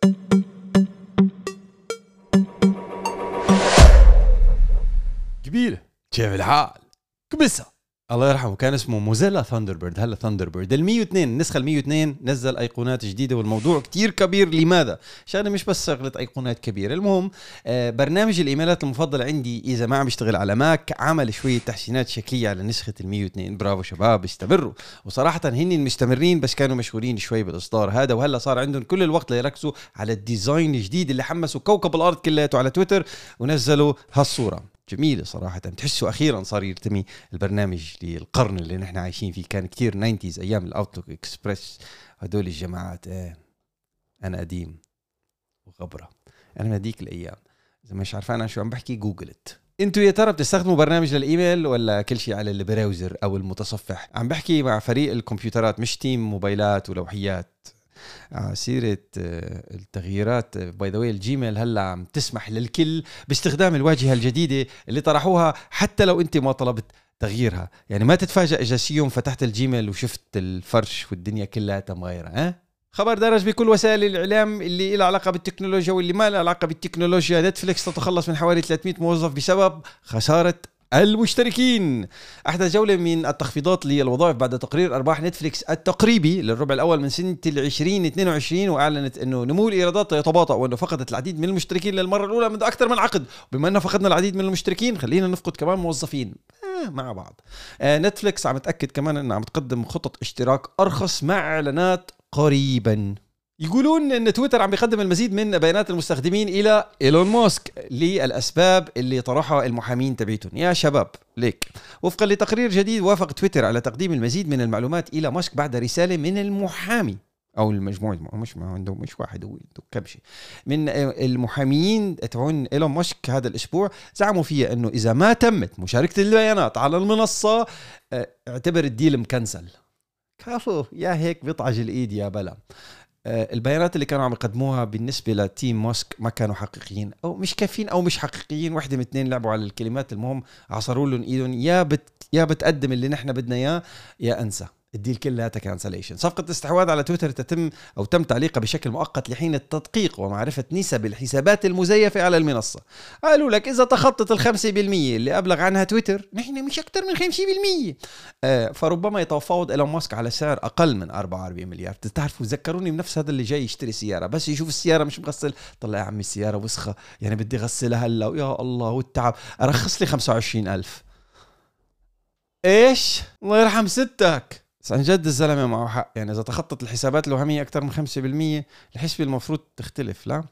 جميلة. كيف الحال؟ كبسة. الله يرحمه كان اسمه موزيلا ثاندربيرد، هلا ثاندربيرد. ال102 النسخة ال102 نزل أيقونات جديدة والموضوع كتير كبير. لماذا؟ عشان مش بس شغلة أيقونات كبيرة. المهم برنامج الإيميلات المفضل عندي إذا ما عم يشتغل على ماك عمل شوية تحسينات شكلية على نسخة ال102. برافو شباب، استمروا. وصراحة هن المستمرين بس كانوا مشغولين شوي بالإصدار هذا، وهلا صار عندهم كل الوقت ليركزوا على الديزاين الجديد اللي حمسوا كوكب الأرض كلياته على تويتر ونزلوا هالصورة. جميلة صراحة، تحسوا أخيرا صار يرتمي البرنامج للقرن اللي نحن عايشين فيه. كان كتير 90s أيام الأوتلوك إكسبرس هدول الجماعات. أنا قديم وغبرة، أنا من هديك الأيام. إذا مش عارفان شو عم بحكي جوجلت. انتوا يا ترى بتستخدموا برنامج للإيميل ولا كل شيء على البراوزر أو المتصفح؟ عم بحكي مع فريق الكمبيوترات مش تيم موبايلات ولوحيات. سيرة التغييرات باي ذا واي، الجيميل هلا عم تسمح للكل باستخدام الواجهة الجديدة اللي طرحوها حتى لو انت ما طلبت تغييرها. يعني ما تتفاجأ اجى يوم فتحت الجيميل وشفت الفرش والدنيا كلها مغيرة. خبر درج بكل وسائل الإعلام اللي لها علاقة بالتكنولوجيا واللي ما لها علاقة بالتكنولوجيا. نتفليكس تتخلص من حوالي 300 موظف بسبب خسارة المشتركين. أحدث جولة من التخفيضات للوظائف بعد تقرير أرباح نتفليكس التقريبي للربع الأول من سنة 2022، وأعلنت أنه نمو الإيرادات يتباطأ وأنه فقدت العديد من المشتركين للمرة الأولى منذ أكثر من عقد. بما أنه فقدنا العديد من المشتركين خلينا نفقد كمان موظفين مع بعض. نتفليكس عم تأكد كمان أنها عم تقدم خطط اشتراك أرخص مع إعلانات قريباً. يقولون ان تويتر عم بيقدم المزيد من بيانات المستخدمين الى ايلون ماسك للاسباب اللي طرحها المحامين تبعتهم. يا شباب ليك، وفقا لتقرير جديد وافق تويتر على تقديم المزيد من المعلومات الى ماسك بعد رساله من المحامي او المجموعه، مش ما عنده مش واحد، هو كبشه من المحاميين تبعون ايلون ماسك هذا الاسبوع. زعموا فيها انه اذا ما تمت مشاركه البيانات على المنصه اعتبر الديل مكنسل. كافو يا هيك بيطعج الايد يا بلا. البيانات اللي كانوا عم يقدموها بالنسبة لتيم ماسك ما كانوا حقيقيين أو مش كافيين أو مش حقيقيين. واحدة من اثنين لعبوا على الكلمات. المهم عصروا لهم إيدهم، يا بتقدم اللي نحن بدنا إياه يا أنسى الديل كلها كانسليشن. صفقة الاستحواذ على تويتر تم تعليقها بشكل مؤقت لحين التدقيق ومعرفة نسب الحسابات المزيفة على المنصة. قالوا لك إذا تخطت 5% اللي أبلغ عنها تويتر نحن مش أكتر من 50%، فربما يتفاوض إيلون ماسك على سعر أقل من 44 مليار. تعرفوا ذكروني بنفس هذا اللي جاي يشتري سيارة، بس يشوف السيارة مش مغسل، طلع يا عمي السيارة وسخة يعني بدي غسلها هلا، يا الله والتعب، أرخص لي 25,000. إيش؟ الله يرحم ستك. بس عن جد الزلمة معه حق. يعني إذا تخطط الحسابات الوهمية أكثر من 5% الحسبة المفروض تختلف. لا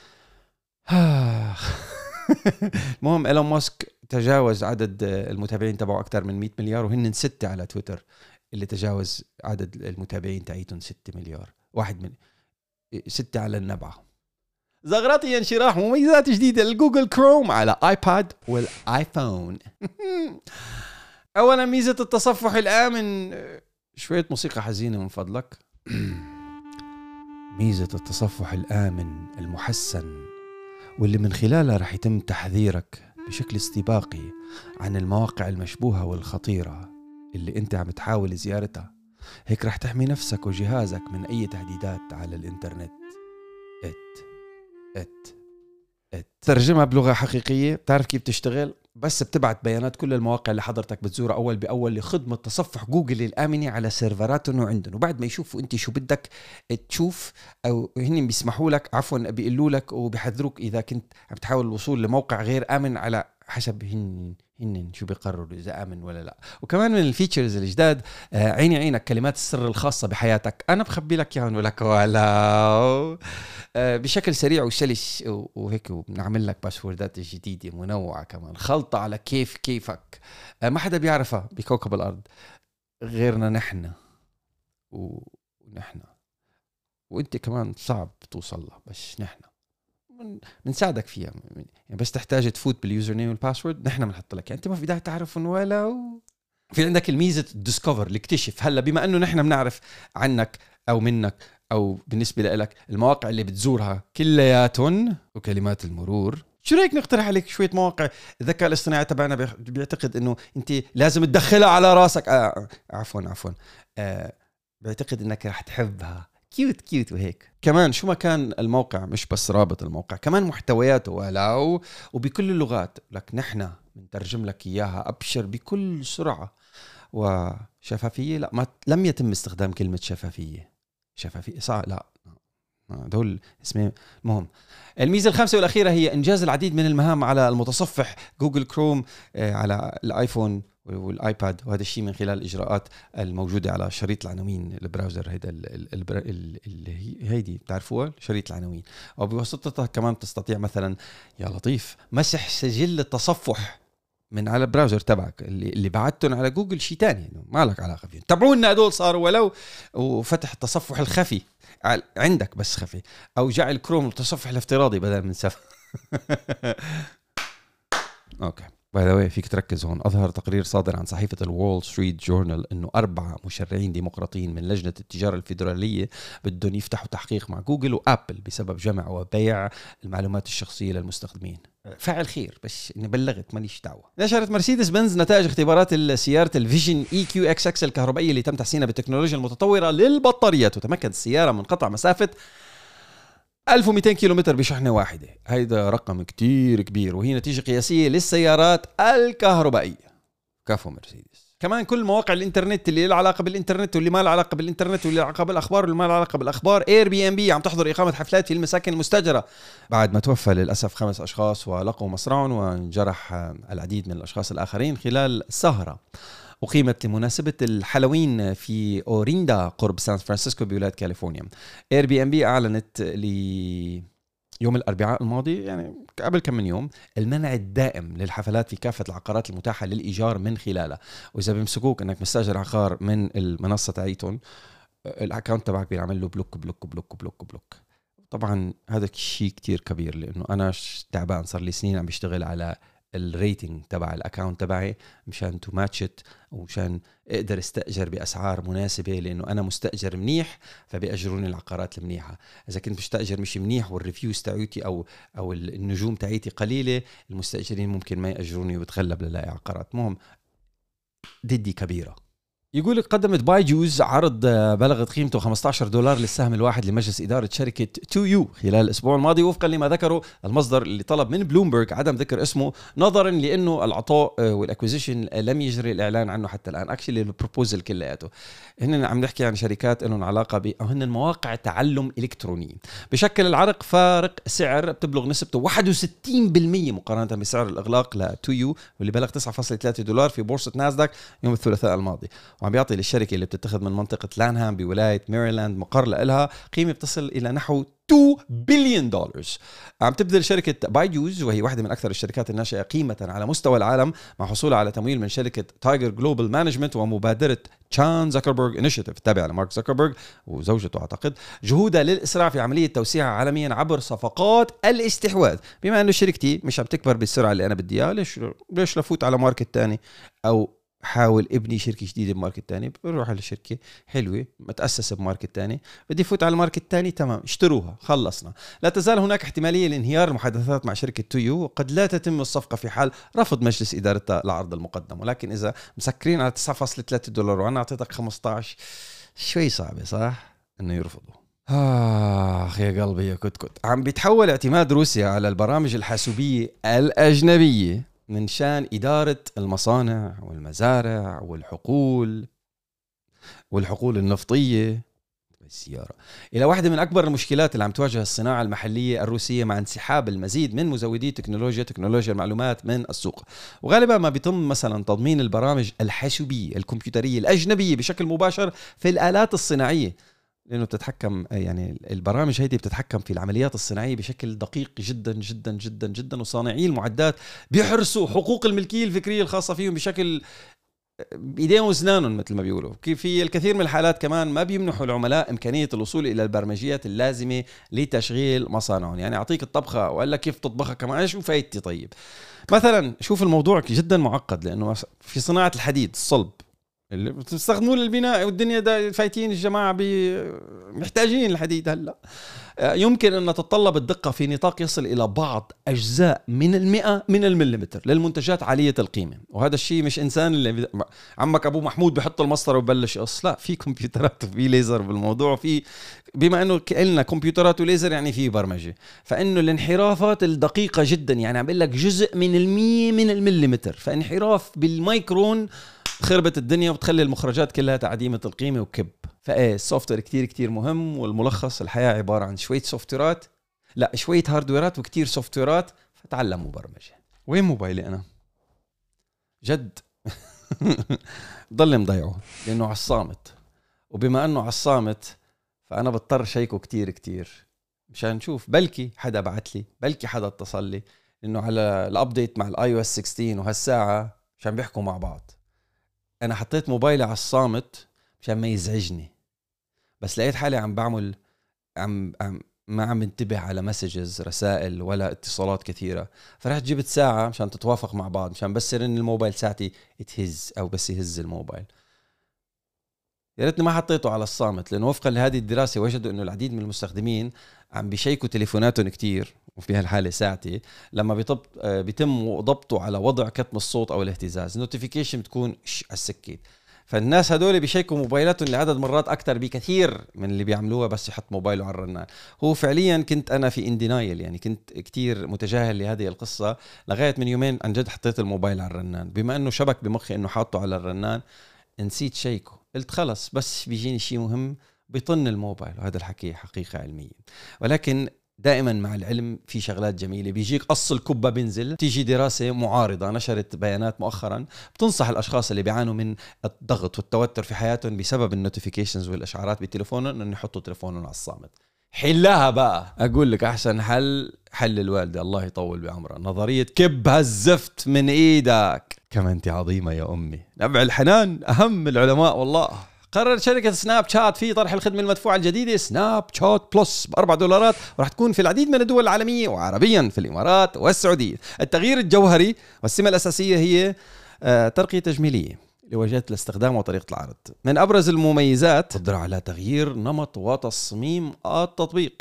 المهم إيلون ماسك تجاوز عدد المتابعين تبعه أكثر من 100 مليار، وهن 6 على تويتر اللي تجاوز عدد المتابعين تاعيتهم 6 مليار. واحد من 6 على النبعة. زغراتي انشراح مميزات جديدة لجوجل كروم على آيباد والآيفون. أولا ميزة التصفح الآمن. شوية موسيقى حزينة من فضلك. ميزة التصفح الآمن المحسن واللي من خلالها رح يتم تحذيرك بشكل استباقي عن المواقع المشبوهة والخطيرة اللي انت عم تحاول زيارتها. هيك رح تحمي نفسك وجهازك من أي تهديدات على الإنترنت. ترجمها بلغة حقيقية. بتعرف كيف تشتغل؟ بس بتبعت بيانات كل المواقع اللي حضرتك بتزورها أول بأول لخدمة تصفح جوجل الآمنة على سيرفراتهم وعندهم، وبعد ما يشوفوا أنت شو بدك تشوف أو هن بيسمحوا لك، عفوا بيقولوا لك وبيحذروك إذا كنت عم تحاول الوصول لموقع غير آمن على حسب هن شو بيقرروا إذا آمن ولا لا. وكمان من الفيتشرز الجداد عيني عينك كلمات السر الخاصة بحياتك، أنا بخبي لك إياهم ولك ولا بشكل سريع وسلس وهيك، وبنعمل لك باسوردات جديدة منوعة كمان، خلطة على كيفك ما حدا بيعرفها بكوكب الأرض غيرنا نحن ونحن، وانت كمان صعب توصل له بس نحن بنساعدك فيها. يعني بس تحتاج تفوت باليوزر نيم والباسورد نحن بنحط لك، يعني انت ما في داعي تعرفهم ولا في عندك الميزة الديسكفر الاكتشف. هلا بما انه نحن بنعرف عنك او منك او بالنسبة لك المواقع اللي بتزورها كلياتهم وكلمات المرور، شو رايك نقترح عليك شوية مواقع الذكاء الاصطناعي تبعنا بيعتقد انه انت لازم تدخلها على راسك. عفوا بيعتقد انك رح تحبها كيوت وهيك. كمان شو ما كان الموقع، مش بس رابط الموقع، كمان محتوياته ولو وبكل اللغات، لك نحن بنترجم لك اياها ابشر بكل سرعه وشفافيه. لا، ما لم يتم استخدام كلمه شفافيه صح، لا دول اسمين. المهم، الميزة الخامسة والأخيرة هي إنجاز العديد من المهام على المتصفح جوجل كروم على الآيفون والآيباد، وهذا الشيء من خلال الإجراءات الموجودة على شريط العناوين البراوزر. هيدا اللي هيدي بتعرفوها، شريط العناوين. وبواسطتها كمان تستطيع مثلا يا لطيف مسح سجل التصفح من على البراوزر تبعك اللي بعتهم على جوجل. شيء تاني ما لك علاقة فيهم، تابعونا هدول صاروا ولو. وفتح التصفح الخفي عندك بس خفي، او جعل كروم التصفح الافتراضي بدل من سف. اوكي، باي ذا واي فيك تركز هون. اظهر تقرير صادر عن صحيفه الوول ستريت جورنال انه 4 مشرعين ديمقراطيين من لجنه التجاره الفيدراليه بدهم يفتحوا تحقيق مع جوجل وابل بسبب جمع وبيع المعلومات الشخصيه للمستخدمين. فعل خير، بس اني بلغت ماليش دعوه. نشرت مرسيدس بنز نتائج اختبارات السياره الفيجن اي كيو اكس اكس الكهربائيه اللي تم تحسينها بالتكنولوجيا المتطوره للبطاريات، وتمكنت السياره من قطع مسافه 1200 كيلومتر بشحنة واحدة. هيدا رقم كتير كبير، وهي نتيجة قياسية للسيارات الكهربائية. كفو مرسيدس. كمان كل مواقع الانترنت اللي له علاقة بالانترنت واللي ما له علاقة بالانترنت واللي له علاقة بالاخبار واللي ما له علاقة بالاخبار، اير بي ام بي عم تحضر اقامة حفلات في المساكن المستأجرة بعد ما توفى للاسف 5 اشخاص ولقوا مصرعهم وانجرح العديد من الاشخاص الاخرين خلال سهرة أقيمت لمناسبة الحالوين في أوريندا قرب سان فرانسيسكو بولاية كاليفورنيا. اير بي ام بي أعلنت يوم الأربعاء الماضي، يعني قبل كم من يوم، المنع الدائم للحفلات في كافة العقارات المتاحة للإيجار من خلالها. وإذا بيمسكوك أنك مستأجر عقار من المنصة تاعيتون، الأكاونت تبعك بيعمل له بلوك بلوك بلوك بلوك بلوك. طبعا هذا شيء كتير كبير، لأنه أنا تعبان صار لي سنين عم بشتغل على الريتنج تبع الاكاونت تبعي مشان تو ماتشت، ومشان اقدر استاجر باسعار مناسبه، لانه انا مستاجر منيح فبيأجروني العقارات المنيحه. اذا كنت مستاجر مش منيح والريفيوز تاعيتي او النجوم تاعيتي قليله، المستاجرين ممكن ما يأجروني وبتغلب للاقي عقارات. مهم ضدي كبيره. يقول قدمت بايجوز عرض بلغت قيمته $15 للسهم الواحد لمجلس إدارة شركة 2U خلال الأسبوع الماضي، وفقا لما ذكره المصدر اللي طلب من بلومبرج عدم ذكر اسمه، نظرا لأنه العطاء والأكوزيشن لم يجري الإعلان عنه حتى الآن. أكشلي البروبوزل كلياته هن عم نحكي عن شركات لهم علاقة هن مواقع تعلم إلكتروني. بشكل العرض فارق سعر بتبلغ نسبته 61% مقارنة بسعر الإغلاق ل 2U واللي بلغ $9.3 في بورصة ناسداك يوم الثلاثاء الماضي. وعم بيعطي للشركة اللي بتتخذ من منطقة لانهام بولاية ميريلاند مقر لها قيمة بتصل إلى نحو $2 بليون. عم تبذل شركة بايجوز، وهي واحدة من أكثر الشركات الناشئة قيمة على مستوى العالم، مع حصولها على تمويل من شركة تايجر جلوبال مانجمنت ومبادرة تشان زكربرج انيشيتيف التابعة لمارك زكربرج وزوجته أعتقد، جهودها للإسراع في عملية توسيعها عالميا عبر صفقات الاستحواذ. بما أنه شركتي مش عم تكبر بالسرعة اللي أنا بدي إياها، ليش لفوت على ماركت تاني أو حاول ابني شركة جديدة بماركت تاني؟ بروح على شركة حلوة متأسسة بماركت تاني، بدي فوت على الماركت تاني، تمام اشتروها خلصنا. لا تزال هناك احتمالية لانهيار المحادثات مع شركة 2U، وقد لا تتم الصفقة في حال رفض مجلس إدارتها العرض المقدم. ولكن إذا مسكرين على $9.3 وأنا أعطيتك 15، شوي صعبة صح إنه يرفضوا. يا قلبي يا كتكت. عم بيتحول اعتماد روسيا على البرامج الحاسوبية الأجنبية من شان إدارة المصانع والمزارع والحقول النفطية والسيارة إلى واحدة من أكبر المشكلات اللي عم تواجه الصناعة المحلية الروسية مع انسحاب المزيد من مزودي تكنولوجيا المعلومات من السوق. وغالبا ما بيتم مثلا تضمين البرامج الحاسوبية الكمبيوترية الأجنبية بشكل مباشر في الآلات الصناعية، لأنه بتتحكم، يعني البرامج هذه بتتحكم في العمليات الصناعية بشكل دقيق جدا جدا جدا جدا، وصانعي المعدات بيحرسوا حقوق الملكية الفكرية الخاصة فيهم بشكل بإيديهم وأسنانهم مثل ما بيقولوا. في الكثير من الحالات كمان ما بيمنحوا العملاء إمكانية الوصول إلى البرمجيات اللازمة لتشغيل مصانعهم. يعني أعطيك الطبخة وقال لك كيف تطبخها كمان، شو فايدتي؟ طيب مثلا شوف الموضوع جدا معقد، لأنه في صناعة الحديد الصلب اللي بتستخدموه للبناء والدنيا دا فايتين الجماعة محتاجين الحديد هلا. يمكن أن تتطلب الدقة في نطاق يصل إلى بعض أجزاء من 100 من المليمتر للمنتجات عالية القيمة. وهذا الشيء مش إنسان اللي عمك أبو محمود بحط المسطرة وببلش يقص، لا، في كمبيوترات وفي ليزر بالموضوع، في بما أنه لنا كمبيوترات وليزر يعني في برمجة، فإنه الانحرافات الدقيقة جدا، يعني عم بقول لك جزء من 100 من المليمتر، فانحراف بالمايكرون خربت الدنيا وبتخلي المخرجات كلها تعديمة القيمة وكب. فايه السوفت وير كتير كتير مهم، والملخص الحياة عبارة عن شوية سوفت ويرات، لا شوية هاردويرات وكتير سوفت ويرات، فتعلموا برمجة. وين موبايلي أنا؟ جد ضل مضيعه لأنه على الصامت، وبما أنه على الصامت فأنا بضطر شيكه كتير كتير مشان نشوف بلكي حدا بعت لي، بلكي حدا اتصل لي، إنه على الأبديت مع iOS 16 وهالساعة مشان بيحكوا مع بعض. أنا حطيت موبايلي على الصامت مشان ما يزعجني، بس لقيت حالي عم بعمل ما عم انتبه على مسجز، رسائل ولا اتصالات كثيرة، فرحت جبت ساعة مشان تتوافق مع بعض، مشان بس يرن الموبايل ساعتي تهز أو بس يهز الموبايل. يا ريتني ما حطيته على الصامت، لأنه وفقا لهذه الدراسة وجدوا إنه العديد من المستخدمين عم بيشيكوا تليفوناتهم كتير، وفي هالحالة ساعتي لما بيتم ضبطه على وضع كتم الصوت أو الاهتزاز، نوتيفيكيشن بتكون على السكين. فالناس هدول بيشيكوا موبايلاتهم لعدد مرات أكتر بكثير من اللي بيعملوها بس يحط موبايله على الرنان. هو فعليا كنت أنا في اندينايل، يعني كنت كتير متجاهل لهذه القصة لغاية من يومين عن جد حطيت الموبايل على الرنان، بما أنه شبك بمخي أنه حاطه على الرنان نسيت شيكه، قلت خلص بس بيجيني شيء مهم بيطن الموبايل، وهذا الحكي حقيقة علمية. ولكن دائما مع العلم في شغلات جميلة، بيجيك قص الكبة بنزل. تيجي دراسة معارضة نشرت بيانات مؤخرا بتنصح الأشخاص اللي بيعانوا من الضغط والتوتر في حياتهم بسبب النوتيفيكيشنز والإشعارات بتليفونهم أن يحطوا تليفونهم على الصامت. حلها بقى، أقول لك أحسن حل الوالدة الله يطول بعمرها، نظرية كب هالزفت من إيدك. كما أنت عظيمة يا أمي، نبع الحنان أهم العلماء والله. قررت شركة سناب شات في طرح الخدمة المدفوعة الجديدة سناب شات بلس ب$4، وراح تكون في العديد من الدول العالمية وعربيا في الإمارات والسعودية. التغيير الجوهري والسمة الأساسية هي ترقية تجميلية لواجهة الاستخدام وطريقة العرض. من أبرز المميزات قدرة على تغيير نمط وتصميم التطبيق.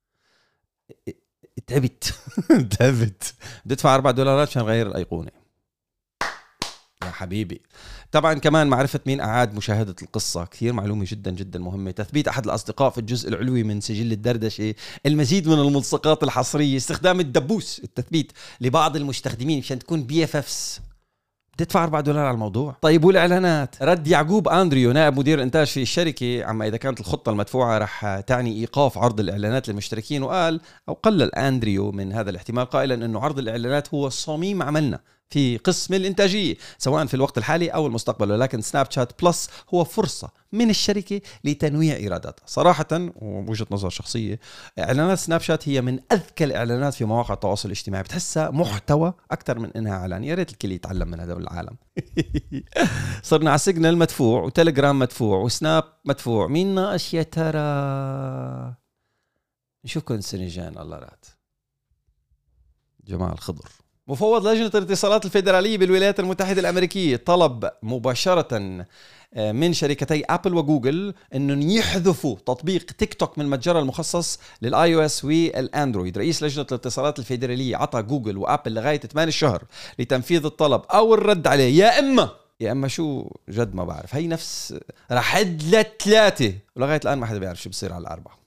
تعبت بدفع $4 عشان غير الأيقونة يا حبيبي. طبعا كمان معرفة مين أعاد مشاهدة القصة، كثير معلومة جدا جدا مهمة. تثبيت أحد الأصدقاء في الجزء العلوي من سجل الدردشة. المزيد من الملصقات الحصرية. استخدام الدبوس التثبيت لبعض المستخدمين مشان تكون BFFs. تدفع $4 على الموضوع. طيب والإعلانات؟ رد يعقوب أندريو نائب مدير إنتاج في الشركة عما إذا كانت الخطة المدفوعة رح تعني إيقاف عرض الإعلانات للمشتركين، وقال أو قلل أندريو من هذا الاحتمال قائلا أنه عرض الإعلانات هو صميم عملنا في قسم الإنتاجية سواء في الوقت الحالي أو المستقبل، ولكن سناب شات بلس هو فرصة من الشركة لتنويع إيراداتها. صراحة ووجهة نظر شخصية، إعلانات سناب شات هي من أذكى الإعلانات في مواقع التواصل الاجتماعي، بتحسها محتوى أكثر من إنها إعلان. يا ريت الكل يتعلم من هذول العالم. صرنا على سيجنال مدفوع وتليجرام مدفوع وسناب مدفوع، مين ناقش يا ترى؟ نشوفكم السنة الجاية الله رات. جماعة الخضر. مفوض لجنة الاتصالات الفيدرالية بالولايات المتحدة الأمريكية طلب مباشرة من شركتي أبل وجوجل أنهم يحذفوا تطبيق تيك توك من المتجر المخصص للآي OS والأندرويد. رئيس لجنة الاتصالات الفيدرالية عطى جوجل وأبل لغاية 8 الشهر لتنفيذ الطلب أو الرد عليه، يا إما شو جد ما بعرف. هي نفس رحد ل3 ولغاية الآن ما حدا بيعرف شو بصير على 4.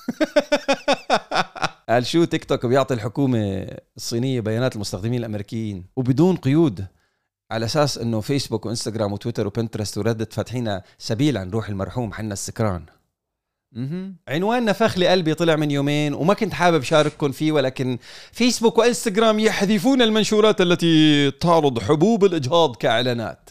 قال شو تيك توك بيعطي الحكومة الصينية بيانات المستخدمين الأمريكيين وبدون قيود، على أساس أنه فيسبوك وإنستغرام وتويتر وبنترست وردت فاتحين سبيل عن روح المرحوم حنا السكران. عنوان نفخ لي قلبي طلع من يومين وما كنت حابب شارككم فيه، ولكن فيسبوك وإنستغرام يحذفون المنشورات التي تعرض حبوب الإجهاض كإعلانات.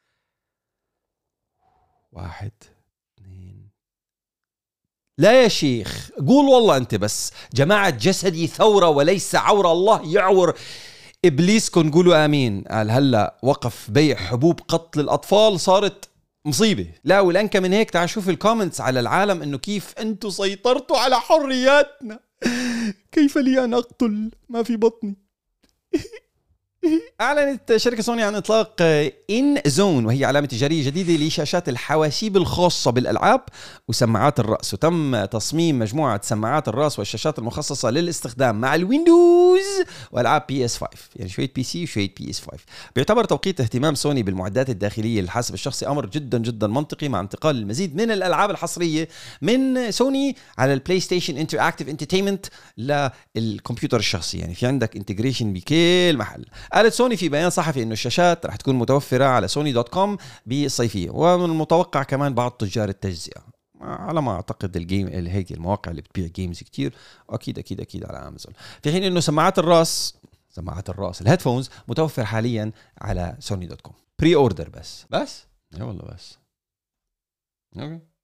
1 2 لا يا شيخ، قول والله أنت بس. جماعة جسدي ثورة وليس عورة، الله يعور إبليسكم، قولوا آمين. قال هلأ وقف بيع حبوب قتل الأطفال صارت مصيبة. لا والأنكى من هيك، تعال شوف الكومنتس على العالم إنه كيف أنتوا سيطرتوا على حرياتنا، كيف لي أن أقتل ما في بطني. أعلنت شركة سوني عن إطلاق إن زون، وهي علامة تجارية جديدة لشاشات الحواسيب الخاصة بالألعاب وسماعات الرأس. وتم تصميم مجموعة سماعات الرأس والشاشات المخصصة للاستخدام مع الويندوز وألعاب PS5، يعني شوية PC وشوية PS5. بيعتبر توقيت اهتمام سوني بالمعدات الداخلية للحاسب الشخصي أمر جدا جدا منطقي، مع انتقال المزيد من الألعاب الحصرية من سوني على البلاي ستيشن انتراكتيف انترتينمنت للكمبيوتر الشخصي. يعني في عندك انتجريشن بكل محل. قالت سوني في بيان صحفي انه الشاشات رح تكون متوفرة على sony.com بالصيفية، ومن المتوقع كمان بعض تجار التجزئة على ما اعتقد الجيم هيك المواقع اللي بتبيع جيمز كتير، واكيد اكيد اكيد على امازون. في حين انه سماعات الراس الهيدفونز متوفر حاليا على sony.com بري اوردر بس. اي والله بس. اوكي.